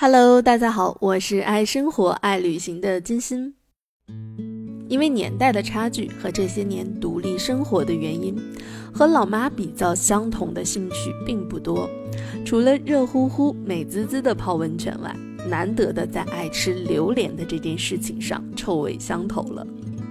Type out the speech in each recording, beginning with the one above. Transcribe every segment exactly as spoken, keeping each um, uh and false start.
Hello， 大家好，我是爱生活爱旅行的金星。因为年代的差距和这些年独立生活的原因，和老妈比较相同的兴趣并不多，除了热乎乎美滋滋的泡温泉外，难得的在爱吃榴莲的这件事情上臭味相投了。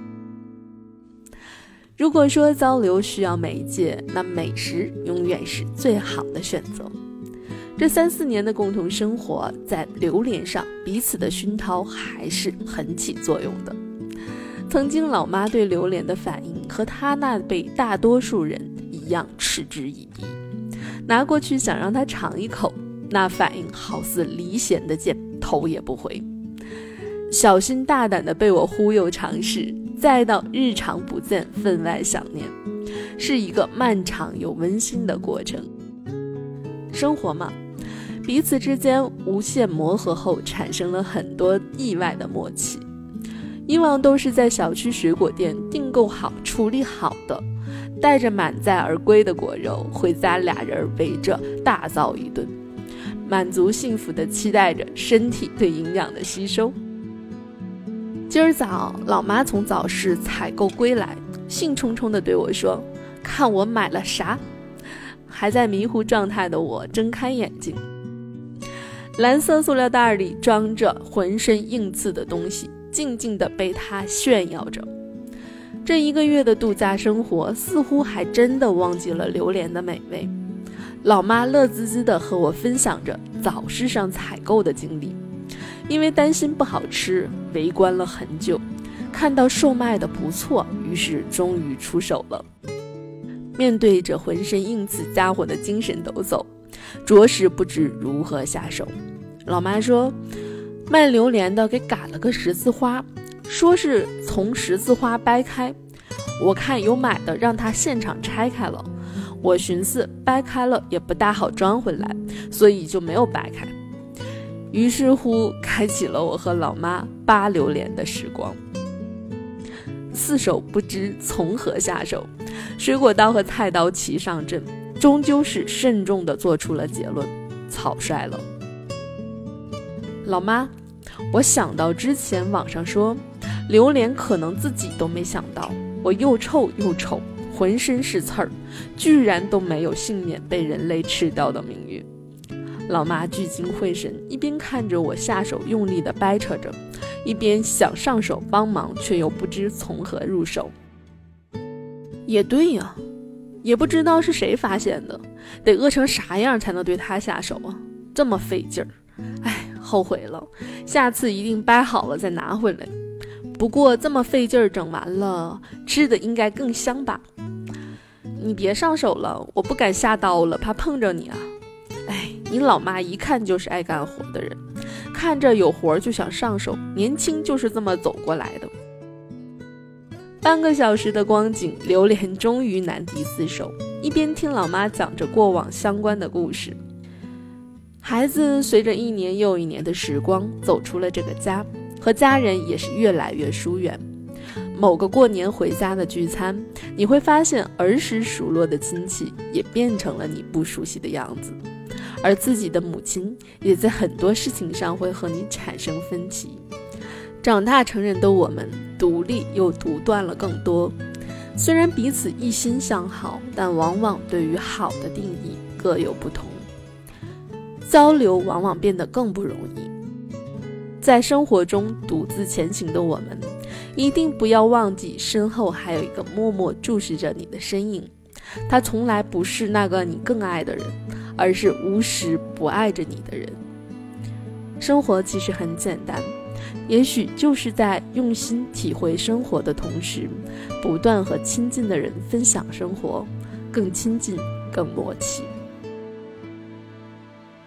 如果说交流需要媒介，那美食永远是最好的选择。这三四年的共同生活，在榴莲上彼此的熏陶还是很起作用的。曾经老妈对榴莲的反应和她那辈大多数人一样嗤之以鼻，拿过去想让她尝一口，那反应好似离弦的箭，头也不回。小心大胆地被我忽悠尝试，再到日常不见分外想念，是一个漫长又温馨的过程。生活嘛，彼此之间无限磨合后产生了很多意外的默契。以往都是在小区水果店订购好处理好的，带着满载而归的果肉回家，俩人围着大造一顿，满足幸福地期待着身体对营养的吸收。今儿早老妈从早市采购归来，兴冲冲地对我说，看我买了啥。还在迷糊状态的我睁开眼睛，蓝色塑料袋里装着浑身硬刺的东西，静静地被他炫耀着。这一个月的度假生活似乎还真的忘记了榴莲的美味。老妈乐滋滋地和我分享着早市上采购的经历，因为担心不好吃，围观了很久，看到售卖的不错，于是终于出手了。面对着浑身硬刺家伙的精神抖擞，着实不知如何下手。老妈说，卖榴莲的给嘎了个十字花，说是从十字花掰开，我看有买的让他现场拆开了，我寻思掰开了也不大好装回来，所以就没有掰开。于是乎开启了我和老妈扒榴莲的时光。四手不知从何下手，水果刀和菜刀齐上阵，终究是慎重地做出了结论，草率了。老妈，我想到之前网上说榴莲可能自己都没想到，我又臭又丑，浑身是刺儿，居然都没有幸免被人类吃掉的命运。老妈聚精会神，一边看着我下手用力地掰扯着，一边想上手帮忙，却又不知从何入手。也对呀、啊，也不知道是谁发现的，得饿成啥样才能对他下手啊？这么费劲儿，哎，后悔了，下次一定掰好了再拿回来。不过这么费劲儿整完了，吃的应该更香吧？你别上手了，我不敢下刀了，怕碰着你啊。哎，你老妈一看就是爱干活的人，看着有活就想上手，年轻就是这么走过来的。半个小时的光景，榴莲终于难敌四手。一边听老妈讲着过往相关的故事，孩子随着一年又一年的时光走出了这个家，和家人也是越来越疏远。某个过年回家的聚餐，你会发现儿时熟络的亲戚也变成了你不熟悉的样子，而自己的母亲也在很多事情上会和你产生分歧。长大成人的我们，独立又独断了更多。虽然彼此一心向好，但往往对于好的定义各有不同，交流往往变得更不容易。在生活中独自前行的我们，一定不要忘记身后还有一个默默注视着你的身影。他从来不是那个你更爱的人，而是无时不爱着你的人。生活其实很简单，也许就是在用心体会生活的同时，不断和亲近的人分享生活，更亲近，更默契。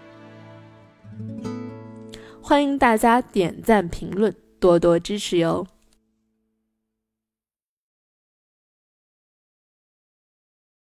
欢迎大家点赞评论，多多支持哟。